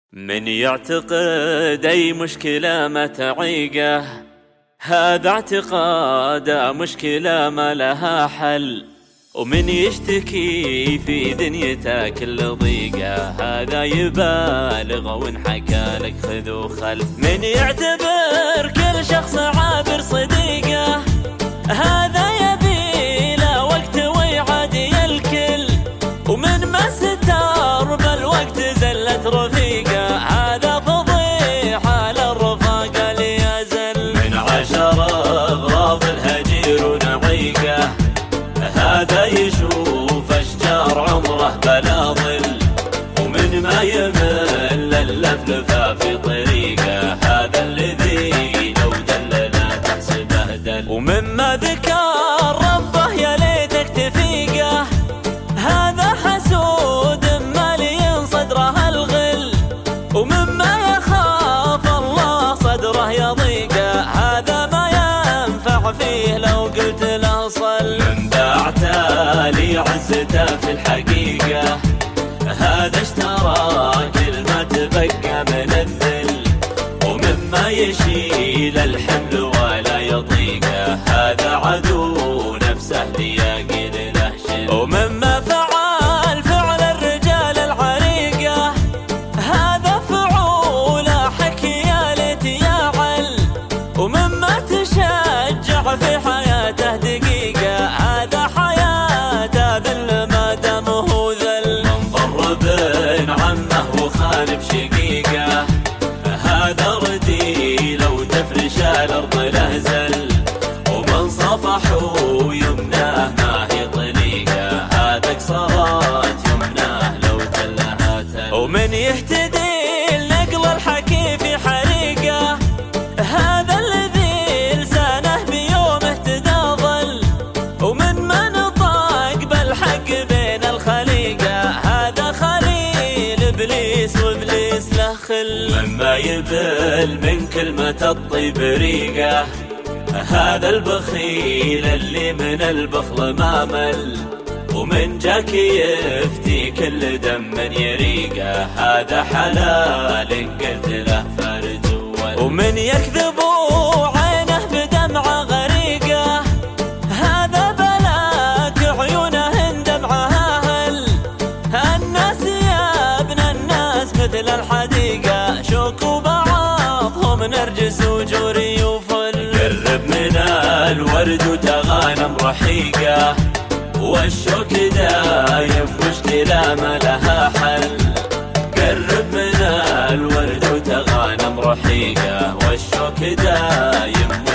من يعتقد أي مشكلة ما تعيقه، هذا اعتقاد مشكلة ما لها حل. ومن يشتكي في دنيته كل ضيقه، هذا يبالغ وانحكى لك خذ وخل. من يعتبر كل شخص عابر صديقه، هذا يبي له وقت ويعادي الكل. ومن ما ستار بالوقت زلت رفيقه، هذا فضيحة للرفاقة ليزل. من عشر اغراض الهجير ونعيقه، هذا يشوف اشجار عمره بلا ظل. ومن ما يمل اللفلفة في طريقه، هذا الذي لو دلنا تحسبه دل. ومما ذكر ربه يا ليتك تفيقه، هذا حسود مالي صدره الغل. ومما يخاف الله صدره يضيقه، هذا ما ينفع فيه لو قلت له صل. من باعته لي عزته في الحقيقة، هذا اشترى كل ما تبقى من الذل. ومما يشيل الحمل ولا يطيقه، هذا عدو نفسه ليقيد له شل. ومما فعل فعل الرجال العريقة، هذا فعول حكي يا ليت يا عل. ومما تشجع في حياته دقيقة، هذا حياته ذل ما دمه ذل. من ضر بن عمه وخالف شقيقه، هذا ردي لو تفرش الارض له زل. ومن صفح ويمناه ما هي طريقه، هذا كسرات يمناه لو تلها تل. ومن يهتدي لنقل الحكي في حريقه، هذا الذي لسانه بيومه تداضل. ومن ما نطاق بالحق بين الخليقه، هذا خليل ابليس وابليس له خل. مما يبل من كلمه الطيب ريقه، هذا البخيل اللي من البخل ما مل. ومن جاك يفتي كل دم يريقه، هذا حلال قلت له فرج ول. ومن يكذب عينه بدمعه غريقه، هذا بلاك عيونه دمعها هل. الناس يا ابن الناس مثل الحديقه، شوك بعضهم نرجس وجوري وفل. قرب من الورد وتغانم رحيقه، والشوك دايم مشكلة ما لها حل. قرب من الورد وتغانم رحيقه، والشوك دايم